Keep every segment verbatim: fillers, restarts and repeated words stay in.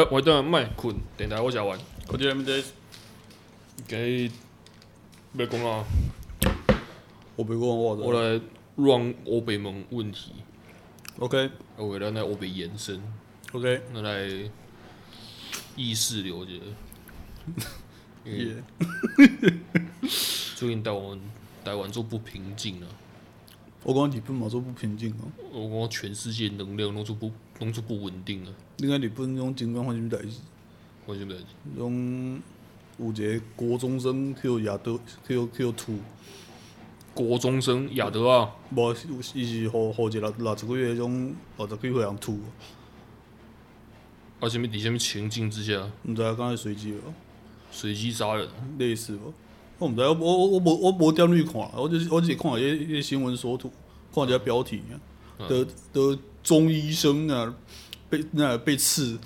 我我等下卖困，电台我食完。 我觉得这该要讲啊， 我别讲我我来让欧北门问题。 OK OK， 咱来欧北延伸， OK， 咱来意识流一下。因为 yeah. 最近台湾台湾做不平静啊。 我讲日本嘛做不平静哦。 我讲全世界能量拢做不拢做不稳定啊。 你看日本种情况发生啥代志？ 发生啥代志？ 种有一个国中生去亚德去去吐。 国中生亚德啊？ 无，伊是互互一个六六十几岁迄种六十几岁人吐。 啊，什么？伫什么情境之下？ 毋知影，敢是随机哦。 随机杀人？ 类似无？我毋知，我我我无我无点入去看，我就是我只看迄迄新闻所图，看一下标题啊， 嗯、 得得中医生啊被那被刺，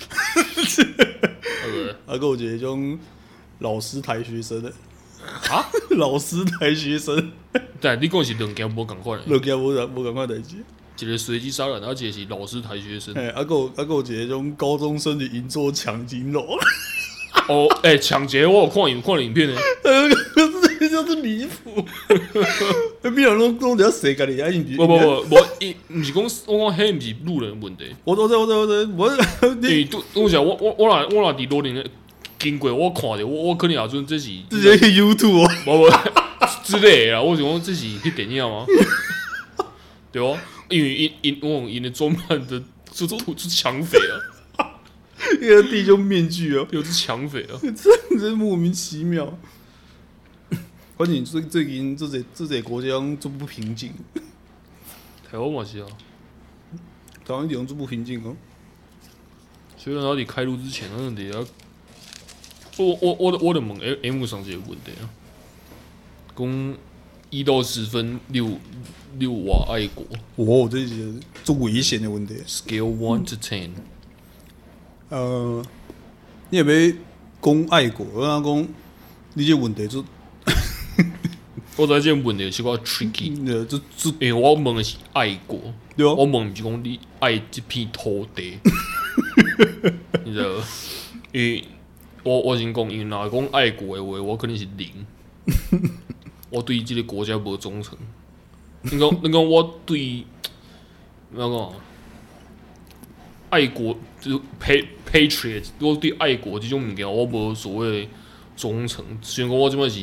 啊，还有一个种老师抬学生的， 啊， 老师抬学生， 但你讲是两件无共款的， 两件无无共款代志。 一个随机杀人，而且是老师抬学生。 哎，啊个啊个有一个种高中生的银座抢金楼。 哦，哎、欸，抢劫我有看影看了影片呢， 这就是离谱。那边人拢拢只谁家己啊？ 不不不不，伊毋是讲我讲迄毋是路人问题。 我我知我知我知，我你都我想我我我若我若伫路顶经过，我看着我我可能也准这是直接去 YouTube 哦， 无无之类的啦。我想讲这是迄电影吗？对哦，因为因因我因的装扮的就就抢匪啊。 那个弟兄面具哦， 有只抢匪啊， 真是莫名其妙。反正最最近这些这些国家都不平静， 台湾嘛是啊， 台湾地方都不平静哦。 所以到底开录之前，那得要我我我的我的问 M 上这个问题啊，讲一到十分六六瓦爱国， 哦，这是最危险的问题。 Scale one to ten。 呃，你也要讲爱国，我讲你这问题就， 我知这问题是个 tricky， 呃，就就因为我问的是爱国， 对啊， 我问不是讲你爱这片土地，你知道？因为我我先讲，因为若讲爱国的话，我肯定是零，我对这个国家无忠诚。你讲，你讲我对，怎讲？爱国就是 patriot， 我对爱国这种物件，我无所谓忠诚。虽然讲我即摆是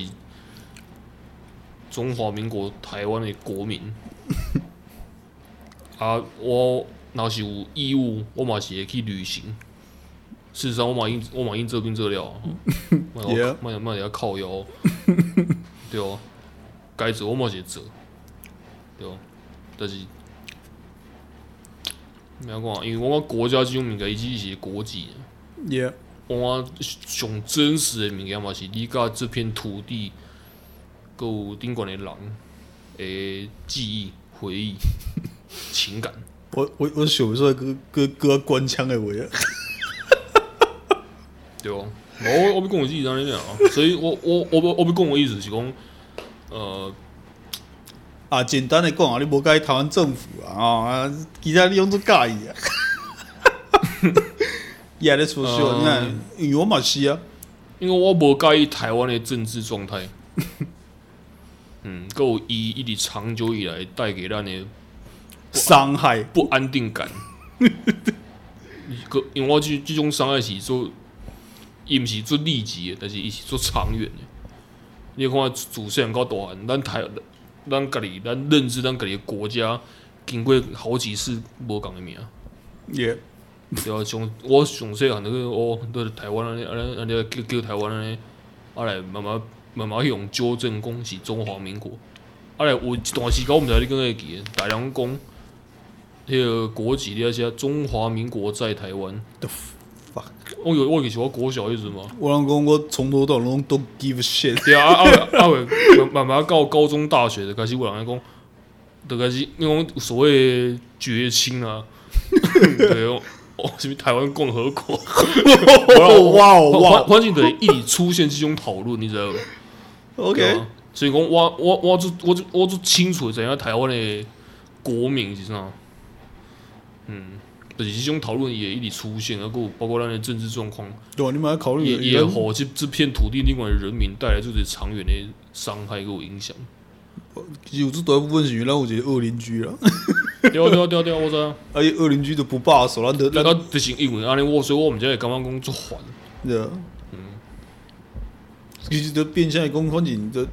中华民国台湾的国民，啊，我若是有义务，我嘛是会去履行。事实上，我嘛已我嘛已做兵做了，莫莫莫要靠腰，对哦，该做我嘛是做，对哦，但是。咩讲？因为我讲国家这种物件，伊只是国际。 Yeah， 我上真实的物件嘛是你甲这片土地，佮有顶管的人的记忆、回忆、情感。 我我我想说个个个官腔的话啊， 对哦，我我要讲的意思安尼讲啊，所以我我我我要讲的意思是讲，呃。 啊，简单的讲啊，你无介台湾政府啊，啊，其他你用做介意啊，也咧出秀，你看，因为我嘛是啊， 因为我无介意台湾的政治状态，嗯，够伊一直长久以来带给咱的伤害、 不安定感。因为我这这种伤害是做，伊毋是做立即的，但是伊是做长远的。你看，自细汉到大汉，咱台。咱家己，咱认知咱家己国家，经过好几次无共的名， 也对啊，上我上细汉那个哦，都是台湾安尼安尼安尼叫叫台湾安尼，啊来慢慢慢慢去用纠正讲是中华民国，啊来有一段时间我毋知你敢会记，大人讲，迄个国旗你写中华民国在台湾。 The fuck！ 我以为我以前我国小迄阵嘛， 我人讲我从头到尾拢 don't give a shit。 对啊，啊啊啊！慢慢到高中、大学就开始有人讲，就开始那种所谓绝亲啊，对哦，哦，什么台湾共和国， 哇哦哇！ 反正对一直出现这种讨论，你知道吗 ？OK， 所以讲我我我就我就我就清楚知影台湾的国民是啥，嗯， 就是这种讨论也一直出现，然后包括咱的政治状况， 对啊，你们要考虑也也好，这这片土地另外的人民带来就是长远的伤害跟影响。 其实有这大部分是因为咱有一个恶邻居啦。 对啊对啊对啊对啊，我知道。 啊，伊恶邻居就不罢手，咱得咱咱就是因为安尼，我所以我们才会感觉讲做烦。 对啊，嗯，其实就变相讲，反正就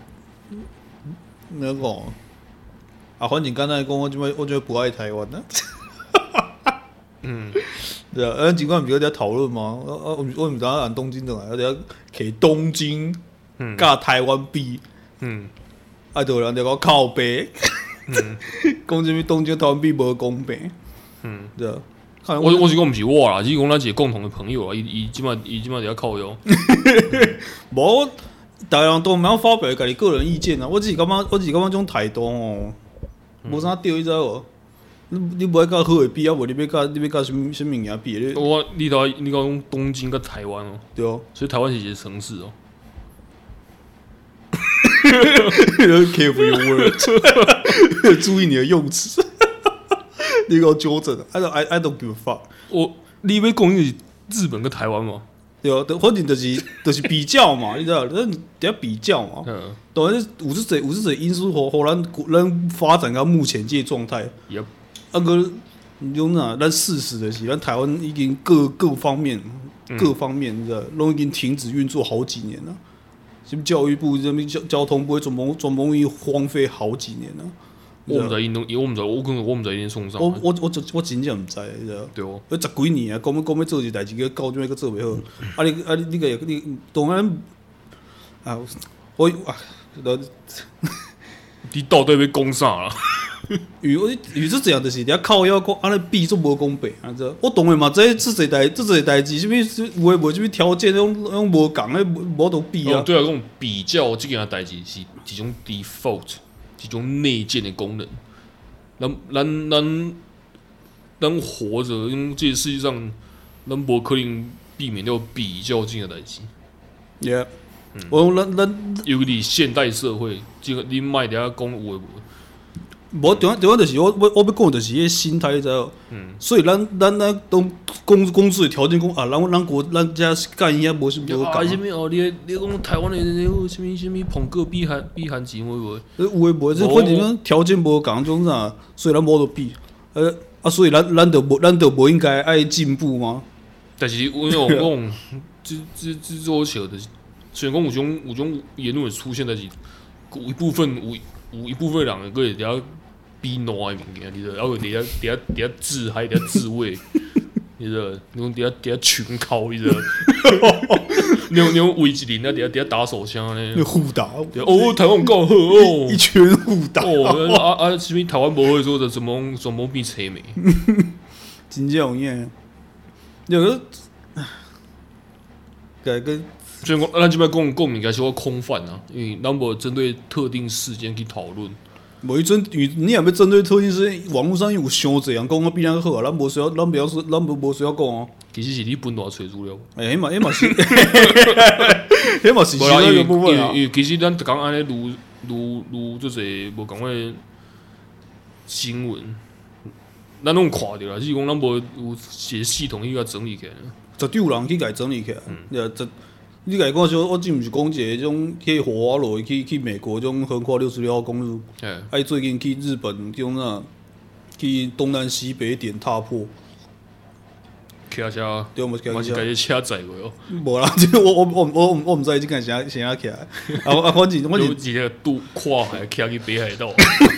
怎讲啊，反正简单讲，我即摆我就不爱台湾啦。 嗯， 对啊，咱尽管毋是在讨论嘛，啊啊，我我毋知影按东京倒来，啊，伫摕东京甲台湾比，嗯，啊，就有人就讲靠北，嗯，讲什么东京台湾比无公平，嗯，对啊。 我我是讲毋是我啦，是讲咱一个共同的朋友啦，伊伊即摆伊即摆伫遐靠腰。 无，大家人都毋要发表家己个人意见啊！我只是感觉，我只是感觉种态度哦，无啥对，你知无？你你无爱甲好的比啊，无你要甲你要甲什么什么物件比？ 我你头你讲东京甲台湾哦， 对哦， 所以台湾是一个城市哦。 Careful your words， 注意你的用词。你给我纠正 ，I don't I I don't give a fuck。 我你要讲是日本跟台湾嘛？ 对啊，反正就是就是比较嘛，你知道，咱得比较嘛。嗯。当然，有这些有这些因素，互互咱咱发展到目前这个状态。 Yep。 啊个，用哪？咱事实的是，咱台湾已经各各方面、嗯、各方面，你知道，都已经停止运作好几年了。什么教育部、什么交交通部，总总总共已荒废好几年了。 我唔知因拢，我唔知，我可能我唔知因送上。 我我我我真正唔知，你知道？ 对哦。 十几年啊，讲要讲要做一代志，个到尾个做袂好。啊你啊你你个你当然啊，我啊， 你到底要讲啥啦？ 与我与是这样，就是你靠要讲，安尼比做无公平，啊知道？我当然嘛，这这一代这一代志，什么有诶无什么条件，种种无共诶，无得比啊。 哦，对啊，讲比较这件代志是一种 default。一种内建的功能，咱咱咱咱活着，因为这个世界上，咱无可能避免掉比较这个代志。 Yeah， 嗯，我咱咱尤其现代社会，这个你卖底下讲有诶无？ 无，重要重要就是我我我要讲就是迄个心态，知道？嗯，所以咱咱咱都工工资的条件讲啊，咱咱国咱家干遐无是无讲。 啊，什么哦？你你讲台湾的那个什么什么捧个比韩比韩钱会无？ 有诶无？这反正条件无共种啥，所以咱无得比。呃啊，所以咱咱就无咱就无应该爱进步吗？ 但是我有讲，这这这做笑的，虽然讲有种有种言论出现，但是有一部分有有一部分人个会伫遐。比烂的物件，你知道？然后底下底下底下自嗨，底下自慰，你知道？你讲底下底下群考，你知道？你用你用围一零啊，底下底下打手枪呢？ 互打哦，台湾够好哦， 一群互打哦。啊啊，是不是台湾不会说的怎么怎么变车美？ 真正有影，有个改个。 所以讲，咱这边讲讲物件是我空泛啊，因为咱无针对特定事件去讨论。 无针，你也要针对特定事件，网络上有伤侪人讲我比咱好啊，咱无需要，咱不要说，咱无无需要讲哦。 其实是你本大找资料。 诶，迄嘛，迄嘛是，迄嘛是其中一个部分啊。 因为其实咱刚安尼录录录这些无共款新闻，咱拢看着啦，只是讲咱无有一个系统去甲整理起来。 绝对有人去甲整理起来，对啊，这。你甲伊讲说，我真毋是讲一个种去火花路去去美国种横跨六十六号公路，哎，最近去日本种啊，去东南西北点踏破， 骑车， 对，我是家己车载过哦。 无啦，这我我我我我毋知即间啥啥起来，啊啊，反正反正一个渡跨海骑去北海道，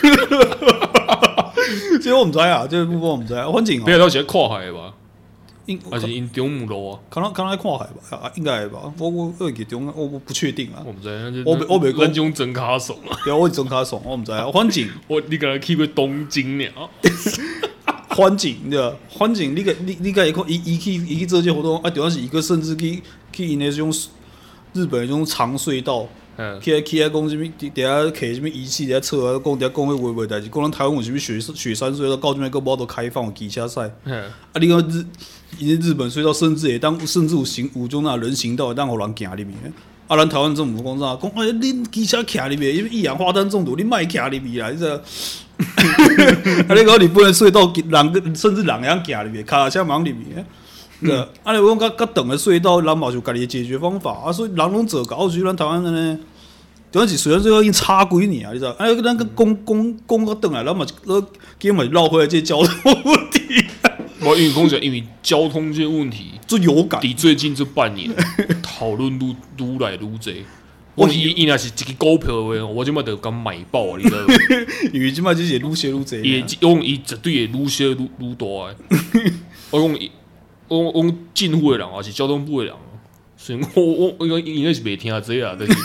这我毋知啊，这部分我毋知啊，反正北海道是跨海的吧？还是因中午路啊？ 可能可能看海吧，啊，应该吧。我我我记中，我我不确定啊。 我不知道， 我我袂讲。 咱种真卡爽啊！ 对，我是真卡爽，我唔知啊。反正我你刚才去过东京了。 反正对吧？反正你个你你个伊伊去伊去做这活动啊，主要是一个甚至去去因那种日本那种长隧道。去来去来讲什么？底下摕什么仪器？底下测啊，讲底下讲迄话话代志。讲咱台湾有什么雪雪山隧道，到这边个无都开放有机车赛。啊，你讲日，因日本隧道甚至会当，甚至有行有种那人行道会当互人行入面。啊，咱台湾政府讲啥？讲哎，恁机车徛入面，因为一氧化碳中毒，你莫徛入面啦！你知？ 啊，你讲日本的隧道，人甚至人会晓行入去，卡车忙入去。对，啊，你讲较较长的隧道，人嘛有家己的解决方法啊，所以人拢做搞，所以咱台湾人呢，但是虽然隧道已经差几年啊，你知道？啊，咱个讲讲讲到转来，咱嘛，咱今嘛绕回来这交通问题。 我因为讲起因为交通这问题最有感， 伫最近这半年讨论愈愈来愈多。我伊伊若是一个股票的话，我即摆就敢买爆啊！你知道？ 因为即摆就是愈写愈济。 伊讲伊绝对会愈写愈愈大诶。我讲伊，我我政府诶人还是交通部诶人，所以我我我应应该是袂听这啊，但是。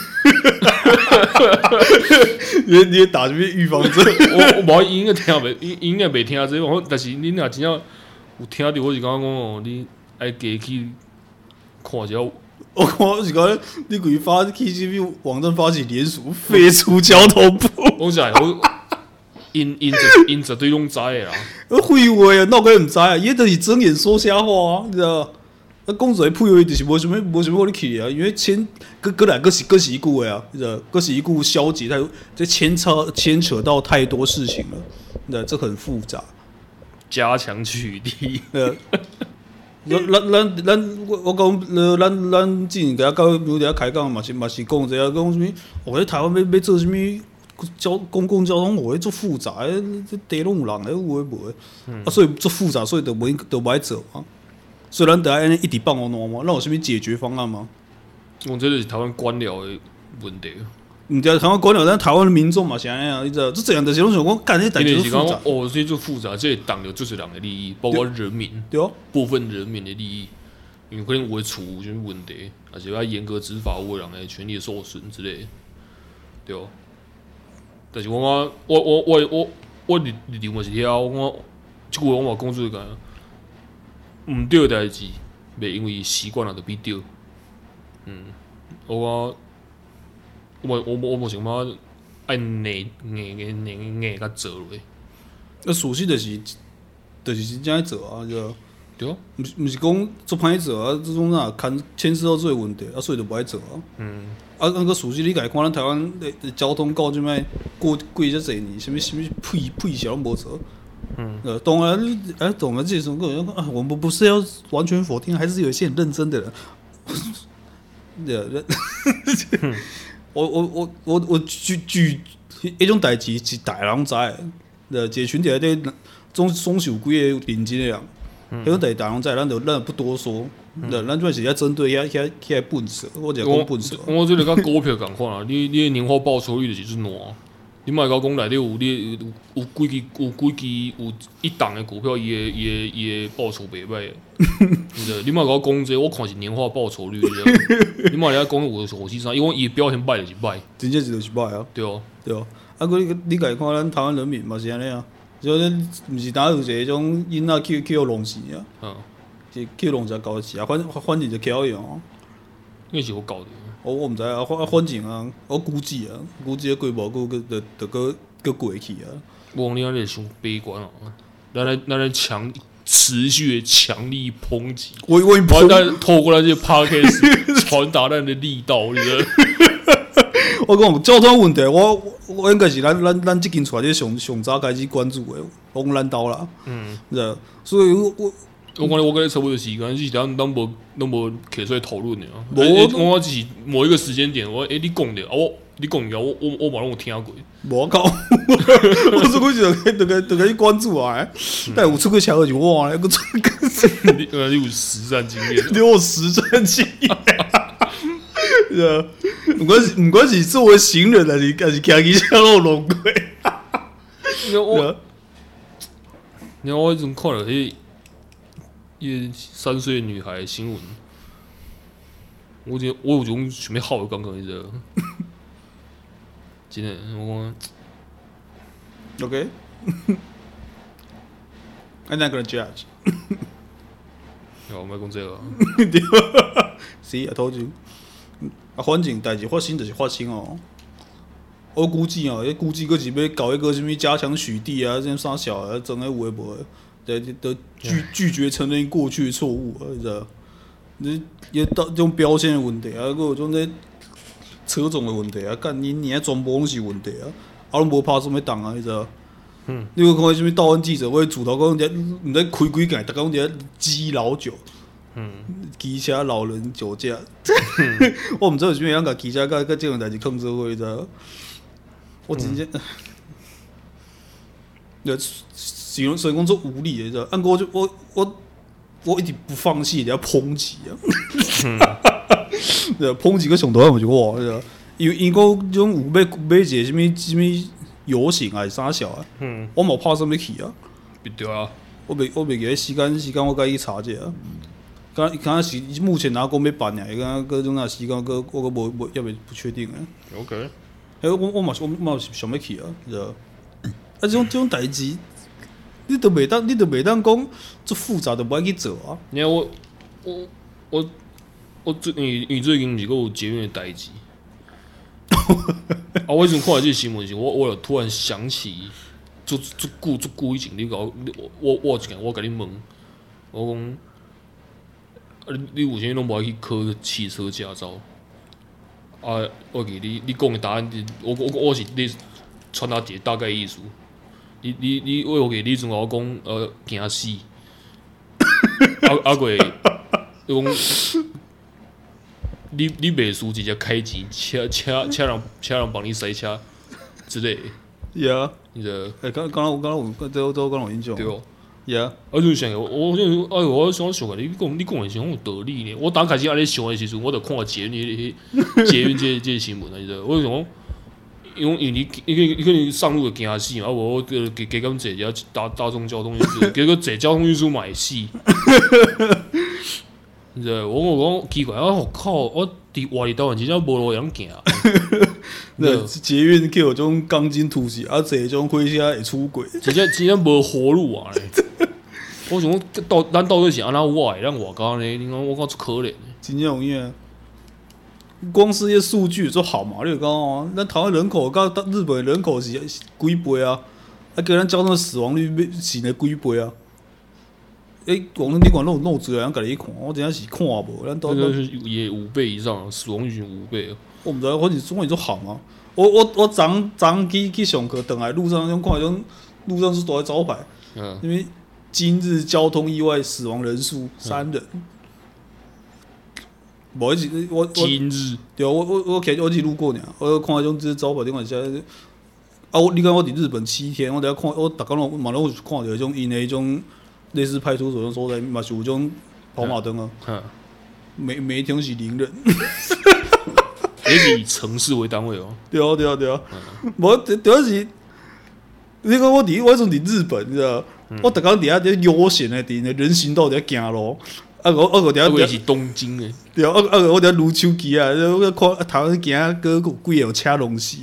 你你打什么预防针？ 我我无应该听袂，应应该袂听这个，但是你若真正有听到，我是感觉讲哦，你爱加去看一下。 我我是讲，你可以发去这边网站发起联署，废除交通部。 我讲我因因因绝对拢知的啦。 废话啊，哪个唔知啊？伊就是睁眼说瞎话啊，你知道？啊，讲出来废话就是无什么无什么好你去啊，因为牵搁搁来搁是搁是一句话啊，你知道？搁是一句消极太，这牵扯牵扯到太多事情了，你知道？这很复杂。 加强取缔。 呃。咱咱咱我我讲，咱咱之前甲到有伫开讲嘛是嘛是讲一下讲什么？哦，喺台湾要要做什么交公共交通，哦，做复杂，这地拢有人诶，有诶无诶，啊，所以做复杂，所以就无就歹做嘛。所以咱得安尼一直放我烂嘛，那有啥物解决方案吗？ 我这就是台湾官僚诶问题。 唔对，台湾官僚，但台湾的民众嘛是安尼啊，你知道？这这样的时候想讲，干这代志复杂。 哦，这就复杂，这挡了就是人的利益，包括人民， 对哦， 部分人民的利益，因为可能会出什么问题，而且要严格执法，有人的权利受损之类的，对哦。但是我我我我我我我立立场嘛是遐，我即句我嘛讲出个，唔对的代志，袂因为习惯了就必对。嗯，我。我我我无想要爱硬硬硬硬硬甲做落。 啊，事实就是，就是真正做啊，对吧？ 对啊， 毋是毋是讲做歹做啊，这种哪牵牵涉到这个问题啊，所以就不爱做啊。嗯。啊，那个事实你家看，咱台湾的交通到即摆过过遮侪年，什么什么屁屁事拢无做。嗯。呃，当然，哎，懂了这种个啊，我们不是要完全否定，还是有一些很认真的人。对。我我我我我举举迄种代志是大人知的，呃，一个群体内底总总是有几个认真的人，迄种代志大人知，咱就咱就不多说，对，咱主要是在针对遐遐遐笨蛇，我就讲笨蛇。 我这个甲股票共款啊，你你年化报酬率就是烂，你莫讲讲内底有你有有几支有几支有一档的股票，伊的伊的伊的报酬袂歹。你莫甲我讲这，我看是年化报酬率，你莫来讲我我是啥？因为伊表现歹就是歹， 真正是就是歹啊。 对哦， 对哦。啊，佮你你家看咱台湾人民嘛是安尼啊，就咱毋是哪有一个种囡仔去去互弄死啊，嗯，去去弄只搞死啊，反反正就巧用哦。 应该是我搞的。 我我毋知啊，反反正啊，我估计啊，估计规模佫佫着着佫佫过去啊。 我讲你安尼伤悲观啊，咱来咱来强。持续的强力抨击， 我我完蛋，透过那些 podcast 传达咱的力道，你知道？ 我讲交通问题，我我应该是咱咱咱即间出来上上早开始关注的，我讲咱兜啦，嗯，是，所以我我我讲我跟你差不多时间，是咱咱无咱无摕出来讨论的啊。我我只是某一个时间点，我诶、欸，你讲的啊，我你讲的我我我马上有听过。 无靠，我出去就就个就个去关注啊，但有出去桥就哇，那个出个你呃你有实战经验， 你有实战经验，是啊，不管是不管是作为行人还是还是骑机车路路过， 你我，你看我怎看了迄一三岁女孩的新闻，我觉我有种想要好的刚刚你知道。真的，我讲 ，OK， I'm not gonna judge 我莫讲这个。 对，See, I told you。啊，反正代志发生就是发生哦。我估计哦，迄估计佫是要搞一个什么加强取缔啊，这种啥小啊，整个有诶无诶，得得拒拒绝承认过去的错误啊，你知道？你也到这种标签的问题啊，佫有种咧。车种的问题啊，干你你还全部拢是问题啊，啊拢无拍什么档啊，你知道？ 嗯，你有看到什么道恩记者会主头讲人唔知开几间，大家讲人基老酒，嗯，机车老人酒驾，嗯、我唔知有啥物样甲机车甲甲这种代志控制伙，你知道？我真正，呃、嗯，形容形容做无力，你知道？按我就我我我一直不放弃，人家抨击啊，嗯、对，抨击个上头我就哇，你知道？因为因讲种有要买一个什么什么游行还是啥小啊？嗯，我冇拍什么去啊？ 对啊， 我未我未记得时间时间我该去查一下。刚刚是目前哪讲要办呀？刚刚种那时间个我个无无也未不确定啊。 OK， 哎，我我嘛我嘛是想要去啊，知道？啊，这种这种代志，你都袂当你都袂当讲做复杂的，不爱去做啊。 你看我我我我最因为最近毋是个有捷运的代志。啊！我以前看到这个新闻时，我我有突然想起，足足久足久以前，你搞我我我一件，我甲你问，我讲，啊你你有啥拢无爱去考汽车驾照？啊，我记你你讲的答案，我我我是你传达一个大概意思。你你你，我记你阵甲我讲，呃，惊死，啊啊过，讲。你你袂输直接开钱，车车车人车人帮你塞车之类的。 Yeah， 你的哎，刚刚刚刚我都都刚有印象。 对哦。 Yeah， 啊，就想我我就哎呦，我想想个，你讲你讲的是很有道理呢。我刚开始安尼想的时阵，我就看捷运迄捷运这这新闻啊，你知道？我就想，因为因为你你你可能上路就惊死嘛，啊无我加加减坐一下大大众交通运输，结果坐交通运输嘛会死。你知道？我我讲奇怪，我靠！我伫外地台湾真正无路通行。 那捷运叫有种钢筋突袭，啊，这种火车会出轨， 真正真正无活路啊！我想讲，到咱到底是安怎活的？咱外口呢？你讲我讲出可怜。 真正有影。光是些数据就好嘛，你有讲哦，咱台湾人口跟日本人口是几倍啊？啊，叫咱交通死亡率是呢几倍啊？诶、欸，讲你讲那种弄资人家你去看，我真正是看无，咱到那是也五倍以上，死亡率五倍。 我毋知道，我是中文就行啊。我我我昨昨去去上课，等来路上种看种路上是大个招牌，嗯，因为今日交通意外死亡人数三人。无、嗯，我我今日对，我我我我一路过呢，我看迄种这招牌顶下写啊，我你看我伫日本七天，我等下看我逐工拢嘛拢有看到迄种因迄种。类似派出所种所在，嘛是有种跑马灯啊，嗯、每每一天是零人， 也是以城市为单位哦。 对啊对啊对啊，无主要是，你讲我伫我种伫日本，你知道？嗯、我逐工伫遐伫悠闲的伫人行道伫遐行路，啊我啊我伫遐， 我是东京诶， 对啊啊啊我伫遐撸手机啊，我看头先行个有几个车拢死，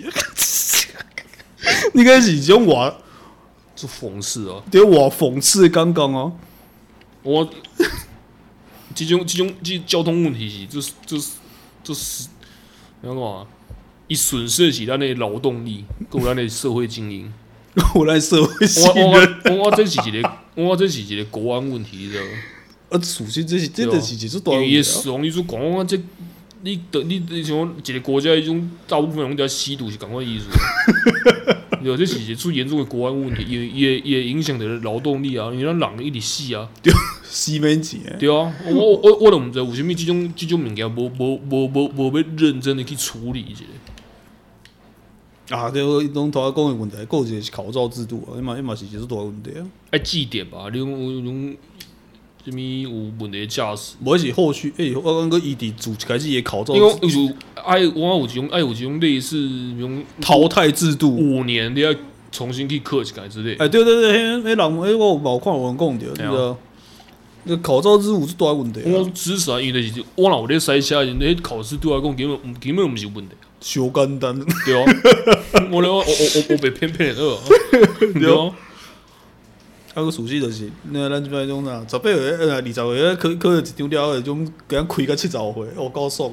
应该是种话。 是讽刺啊！ 对，我讽刺刚刚哦。 我这种这种这交通问题是，就是就是就是怎讲啊？伊损失的是咱的劳动力，跟咱的社会精英。 我咱社会新人，我我我这是一个，我这是一个国安问题，知道？ 啊，首先这是真的是就是大问题啊。因为死亡率数讲，我这你的你你像一个国家迄种大部分人在吸毒是共款意思。对，这是一个最严重的国安问题，也也也影响到劳动力啊！因为咱人一直死啊， 对，死免钱。 对啊，我我我都毋知有啥物这种这种物件，无无无无无要认真的去处理一下。啊，对，我拢头讲的问题，还有一个是考照制度啊，伊嘛伊嘛是一个大问题啊。 爱记点吧，你讲有种什么有问题的驾驶， 无是后续诶、欸，我感觉伊伫自开始也考照， 因为有爱我有一种爱有一种类似用淘汰制度， 五年你要重新去考一改之类。 哎、欸，对对对，迄迄人迄我有看有人讲着，对啊。那考照制度是大问题、啊。 我支持啊，因为就是我若有咧塞车，那考试对我来讲根本根本毋是问题。 小简单。 对啊，我我我我我被骗骗了，对啊。 啊，个熟悉就是，那咱即摆种呐，十八岁、呃二十岁，考考一张了，迄种给人开到七十岁，我够爽。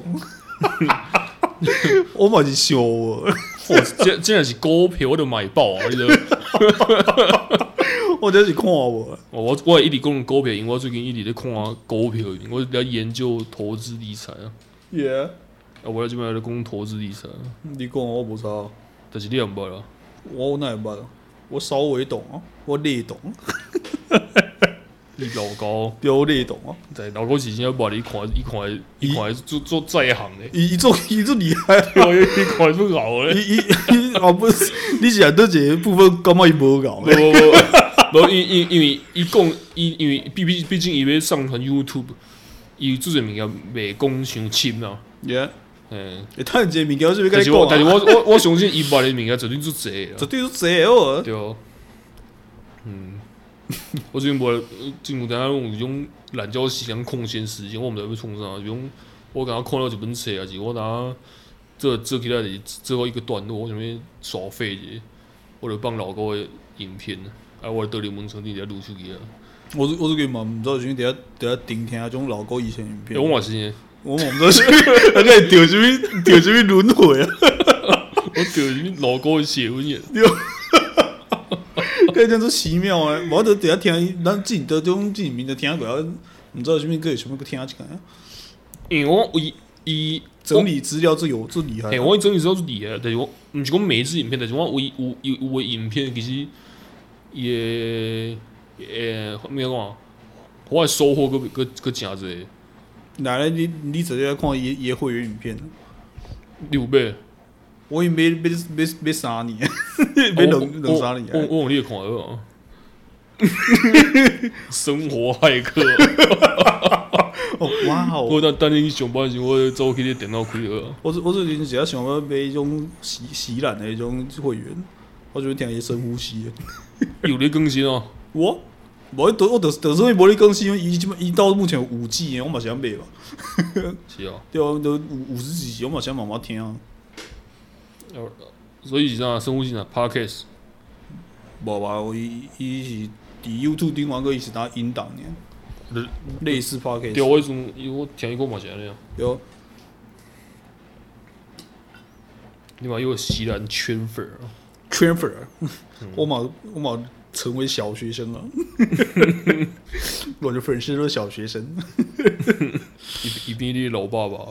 我嘛是笑我， 哇，这这然是股票，我都买爆啊！你知道？ 我真是看我， 我我一直讲股票，因为我最近一直在看股票，我在研究投资理财啊。 Yeah， 啊， 我在这边在讲投资理财。 你讲我无差， 但是你也毋捌啦。 我哪会捌啊？ 我稍微懂啊，我略懂。 你老高， 对，我略懂啊。 对，老高是真正把你看，伊看，伊看做做在行的， 伊伊做伊做厉害， 对，伊看不搞嘞。 伊伊伊啊不是，你是对一个部分感觉伊无搞。 无无无，因因因为伊讲，伊因为毕毕毕竟伊要上传 YouTube， 伊做这物件袂讲伤深啊。 Yeah。 嗯， 会趁一个物件，我是要甲你讲。 但是我我我相信伊捌的物件绝对做济啊， 绝对做济哦。 对哦。嗯。我最近无，最近有当用一种懒觉时间空闲时间，我毋知要创啥。比如我刚刚看到一本册，还是我拿这做起来的最后一个段落，我想要耍废者，我就放老高的影片，啊，我倒入门床顶底下录出去啊。 我我这个嘛，毋知道像底下底下盯听迄种老高以前影片。 我嘛是， 我嘛毋知道是，大概钓什么钓什么轮回啊？ 我钓什么老高的血魂眼。 个真做奇妙诶！我得底下听，咱自己得种自己名的听过，毋知道什么个什么个听一下。 因为我伊伊整理资料最有最厉害。 嘿，我整理资料最厉害，但是我毋是讲每一支影片，但是我有有有有诶影片其实也诶咩讲啊？我诶收获个个个真侪。 哪来你你直接看伊伊会员影片？ 你有买？ 我已经买买买买三年，买两两三年。 我我用你看了啊！生活骇客。 哦哇哦！ 我等等你上班时，我走去你电脑开了。 我我最近只想要买一种洗洗懒的那种会员，我就听伊深呼吸。 有咧更新啊！ 我我得我得得所以无咧更新，伊即伊到目前有五 G 我嘛想买吧。 是啊。 对啊，都五五十几集，我嘛想慢慢听啊。 所以是啥？生物性啊 ，Podcast。 无吧，伊伊是伫 YouTube 顶玩过，伊是打音档呢，类似 Podcast。 对，我迄阵我听伊讲嘛是安尼啊。 有。 你嘛有西兰圈粉啊？ 圈粉啊！我嘛我嘛成为小学生了，我的粉丝都是小学生。 一一边你老爸爸。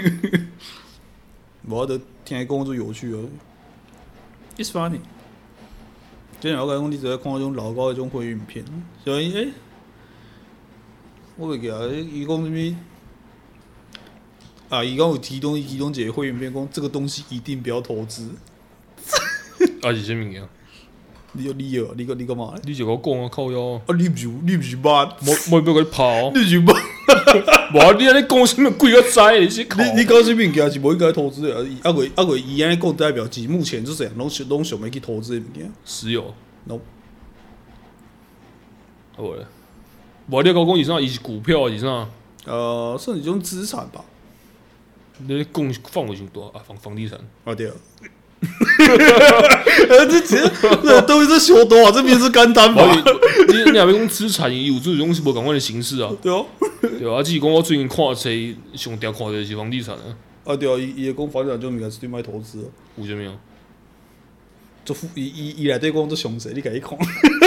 我得听伊讲做有趣哦 ，It's funny。之前我讲你只在看那种老高那种会影片，所以诶、欸，我袂记啊，伊讲什么啊？伊讲有提供提供一个会员片，讲这个东西一定不要投资。 啊是啥物件？ 你有你有你个你干嘛？ 你就甲我讲啊，靠腰啊！ 啊，你不是你不是捌？ 我我要甲你跑。 你是捌？ 无你安尼讲什么鬼个知？你是靠？ 你你讲什么物件是无应该投资的？啊个啊个伊安尼讲代表是目前就是拢拢想要去投资的物件。 石油 ？No。 好无咧？无你甲我讲是啥？伊是股票还是啥？ 呃，算是一种资产吧。 你讲范围伤大啊，房房地产。 啊对啊。呃，这这这东西是小多啊，这边是简单吧？ 你你若要讲资产，有这种是无共款的形式啊。 对啊， 对啊，只是讲我最近看册上常看的是房地产啊。 啊对啊，伊伊讲房地产就应该是对卖投资啊。 有啥物啊？ 做富伊伊伊内底讲做详细，你家己看。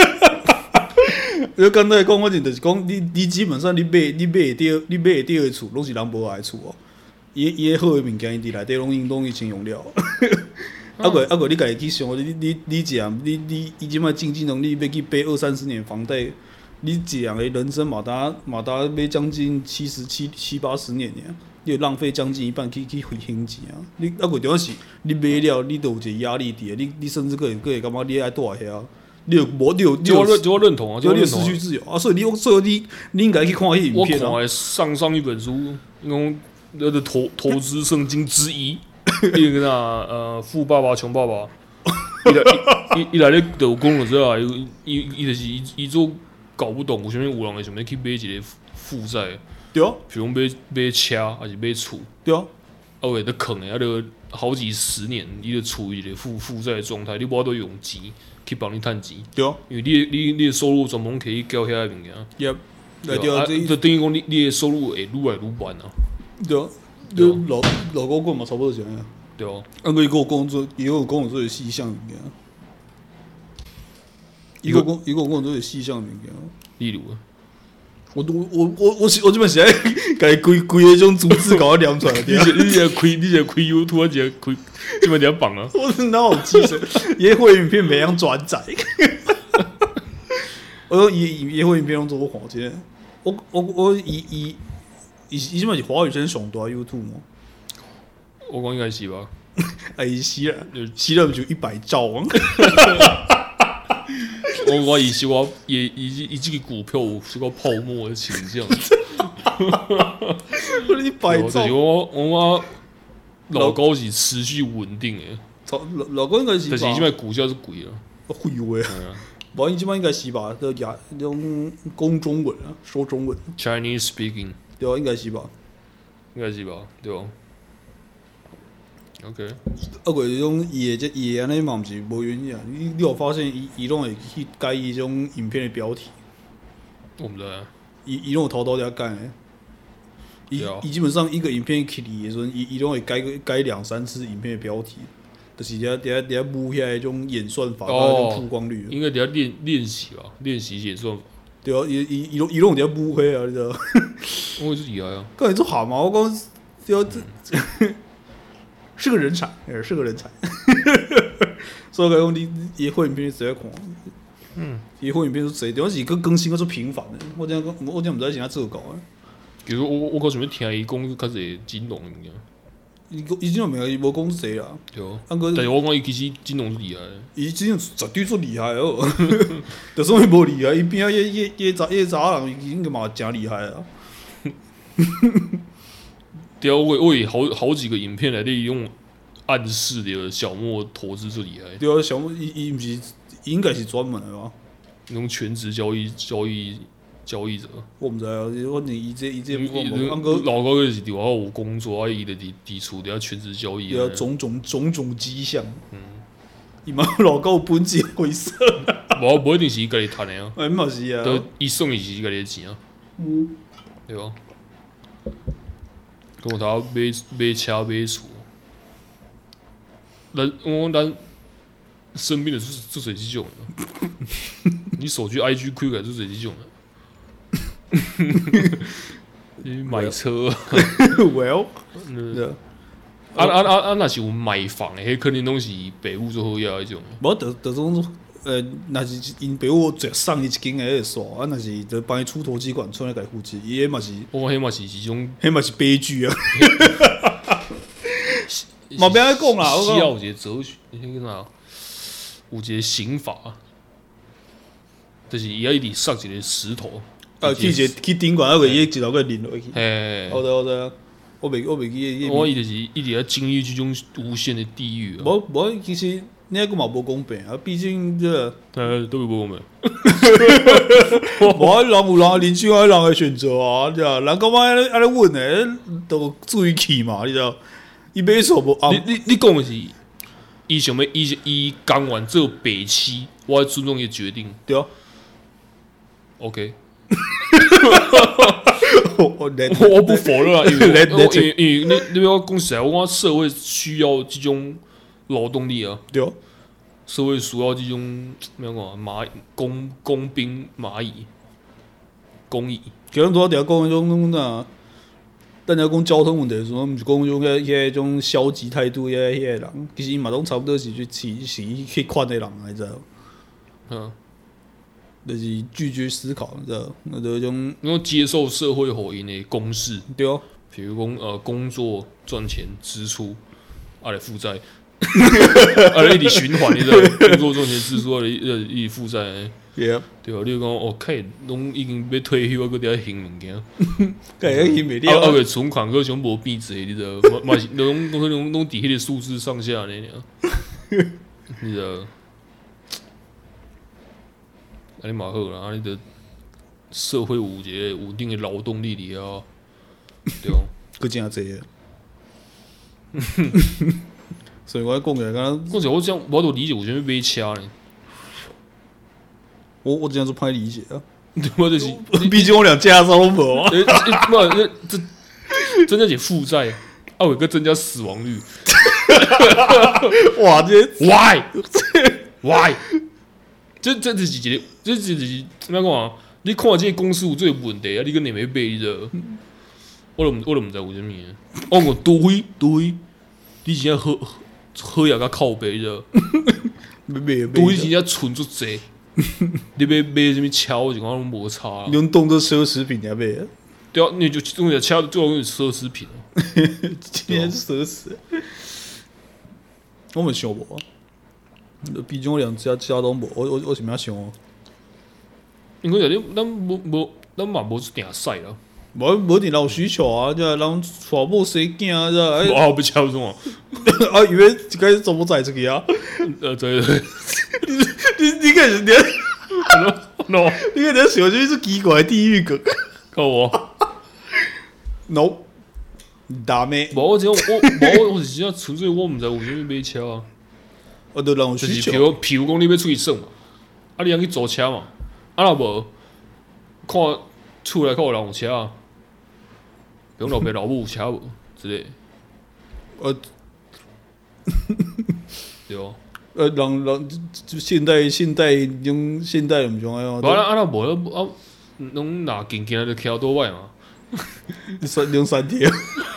你刚才讲我就是讲，你你基本上你买你买会到你买会到的厝，拢是人无爱的厝哦。伊伊好的物件，伊伫内底拢用拢已经用了。啊个啊个，你家己去想，你你你一样，你你伊即摆经济能力要去背二三十年房贷，你一样的人生嘛，达嘛达要将近七十七七八十年呢，你浪费将近一半去去还钱啊！你啊个重要是，你买了，你都有一个压力伫，你你甚至个会个会感觉你爱住遐，你有无你有你有就我认同啊， 就你失去自由啊！所以你所以你你应该去看迄影片啊！ 我看上上一本书，讲那个投投资圣经之一。伊个呐，呃，富爸爸穷爸爸，伊来伊伊来咧就讲了之后，伊伊伊就是伊伊做搞不懂，为什么有人会想要去买一个负债？ 对啊， 比如买买车还是买厝？ 对啊， 啊会得坑诶，啊得好几十年，伊就处于一个负负债的状态，你无法度用钱去帮你趁钱。 对啊， 因为你你你的收入全部可以交遐个物件。 Yep， 对啊，就等于讲你你的收入会愈来愈慢啊。 对啊。就老老高讲嘛，差不多是安尼。 对哦。 啊，个伊有讲做，伊有讲做细项物件。伊有讲，伊有讲做细项物件。 例如， 我我我我我我基本是在改规规那种组织搞念出来的。 你是你是开你是开 YouTube， 你是开基本上绑啊！ 我是哪有技术？也会影片每样转载。我说也也会影片用做看，真的。我我我以以以以基本是华语圈上大 YouTube 吗？ 我讲应该是吧。 哎，是啦，是啦，就一百兆啊！ 我我以是我也以以这个股票有是个泡沫的倾向。 我一百兆， 我我老高是持续稳定的。 老老高应该是， 但是现在股价是贵了。 贵位啊！无，伊即摆应该是吧？都亚那种讲中文啊，说中文。 Chinese speaking， 对啊，应该是吧？ 应该是吧？对啊。OK。 啊，过迄种伊的这伊安尼嘛，毋是无原因啊。你你有发现伊伊拢会去改伊种影片的标题？ 我毋知啊。 伊伊拢有偷偷在改诶。伊伊基本上一个影片起哩的时阵，伊伊拢会改改两三次影片的标题。就是伫遐伫遐伫遐补遐迄种演算法，那种曝光率。 应该伫遐练练习吧，练习演算法。 对啊，伊伊伊拢伊拢伫遐补迄啊，你知道？ 我是厉害啊！ 刚才做蛤蟆，我讲对啊，这是个人才，也是个人才。所以我讲你伊会影片你直接看，嗯，伊会影片是直接，而且更更新个做频繁的。我真我真毋知是安怎做到的。 其实我我我想要听伊讲较侪金融物件。 伊伊真名伊无讲谁啦， 对，但是我讲伊其实金融是厉害的， 伊真绝对做厉害哦，就算伊无厉害，伊边仔迄迄迄查迄查人应该嘛真厉害啊。 对啊，我我有好好几个影片来利用暗示的小莫投资最厉害。 对啊，小莫伊伊毋是应该是专门的吧？ 那种全职交易交易。交易者， 我毋知啊，反正伊这伊这不讲，老高就是伫外口有工作，啊，伊就伫伫厝伫遐全职交易。 对啊，种种种种迹象。嗯，伊嘛老高有本钱回色。 无无一定是伊家己赚的啊。 哎，嘛是啊。 都伊送伊是伊家己的钱啊。嗯。对吧？跟我头买买车买厝，咱我咱身边的就是就是这种的。你手机 I G 开起来就是这种的。你买车 ，Well， 嗯，啊啊啊啊！那是有买房的，迄可能拢是北屋最好要迄种。 无，就就种呃，那是因北屋着送伊一间的迄个啊，那是就帮伊出头机管出来改户籍，伊迄嘛是， 我迄嘛是一种， 迄嘛是悲剧啊。嘛不要讲啦，我讲。需要有一个哲学，迄个啥，有一个刑法，就是伊要一直塞一个石头。 啊，去一去顶管，啊个伊一头个淋落去。 嘿， 好的好的，我袂我袂记。 我伊就是一直在经历这种无限的地狱啊。 无无，其实你那个嘛无公平啊，毕竟这。 呃，都无公平。 无人有人人生有人的选择啊，你知道？人干嘛安尼安尼问诶？都注意去嘛，你知道？伊买错无？ 你你你讲的是，伊想要伊伊讲完做北七，我要尊重伊决定。 对啊。 OK。 我我不否认啊，因为因为因为你你要讲实在，我讲社会需要这种劳动力啊， 对啊， 社会需要这种咩讲蚂工工兵蚂蚁工蚁， 其实多点讲迄种那，大家讲交通问题的时候，毋是讲种迄迄种消极态度迄迄个人，其实伊嘛拢差不多是去是是去款的人，你知道？嗯。就是拒绝思考，你知道？那种种， 因为接受社会回应的公式， 对哦， 比如讲呃，工作赚钱支出，啊来负债，啊来一直循环，你知道？工作赚钱支出，啊来一直负债， 对啊， 对啊，你讲哦，看拢已经要退休，还搁伫遐还物件， 该遐还袂了， 啊个存款搁全无变质，你知道？嘛是拢拢拢拢伫迄个数字上下呢，你知道？安尼嘛好啦，安尼的社会有一个稳定的劳动力里啊，对哦， 佫真济啊。所以我讲起来，刚刚讲起来，我这样我都理解，我想要买车呢。 我我这样做歹理解啊， 我就是， 毕竟我俩驾照都无啊。 不，这增加些负债，啊，有个增加死亡率。 哇，这 why why？这这这是一个，这这是怎么讲啊？ 你看这个公司有这个问题啊，你跟你没背着，我都我都唔知为什么。我讲除非除非，你真正好好也甲靠背着，除非真正存足济，你要买什么车，我就讲拢无差。 你用当做奢侈品来买啊？ 对啊，你就用的车最容易奢侈品哦。 今天奢侈，我们想无啊。毕竟我两家家都无，我我我是咩想啊？ 因为你咱无无咱嘛无定使啦， 无无定有需求啊，就人娶某生囝啊， 我后要敲什么？ 啊，以为一开始怎么在这个啊？ 呃，对对， 你你你开始你，no， 你开始想就是奇怪的地狱梗， 靠我 ，no， 打咩？ 无我只我无我是真纯粹我毋知有啥物买车啊。 我都人有需求。 就是譬如譬如讲你要出去耍嘛，啊你通去租车嘛，啊若无看厝内看有人有车啊，比如老爸老母有车无之类的。 呃， 对哦。 呃，人人现代现代用现代人种啊。 无啊啊若无啊，拢拿近近就徛倒摆嘛。 三两三天。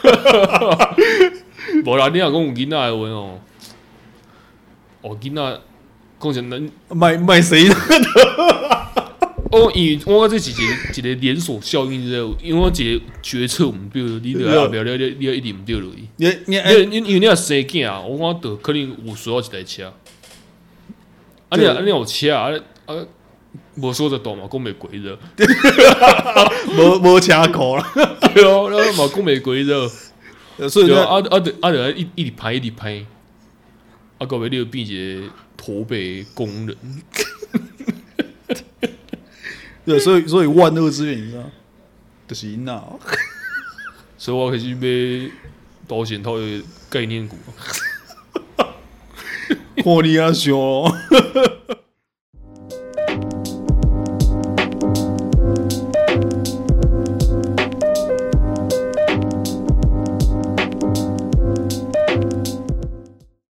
无啦，你若讲有囡仔的话哦。哦，囡仔讲成能卖卖谁的？ 哦，因为我这是一个一个连锁效应，知道？因为我一个决策唔对，你就后壁你你你一定唔对落去。 你你你因为你若生囝啊，我讲就可能有需要一台车。啊，你若你有车啊啊，无说得动嘛，讲袂过的。 无无车库啦。 对哦，那嘛讲袂过的。 所以啊啊啊啊，就一一直拍一直拍。啊，到尾你就变一个驼背工人。 对，所以所以万恶之源，你知道，就是因啊。 所以我开始买保险套的概念股。 看你啊想哦。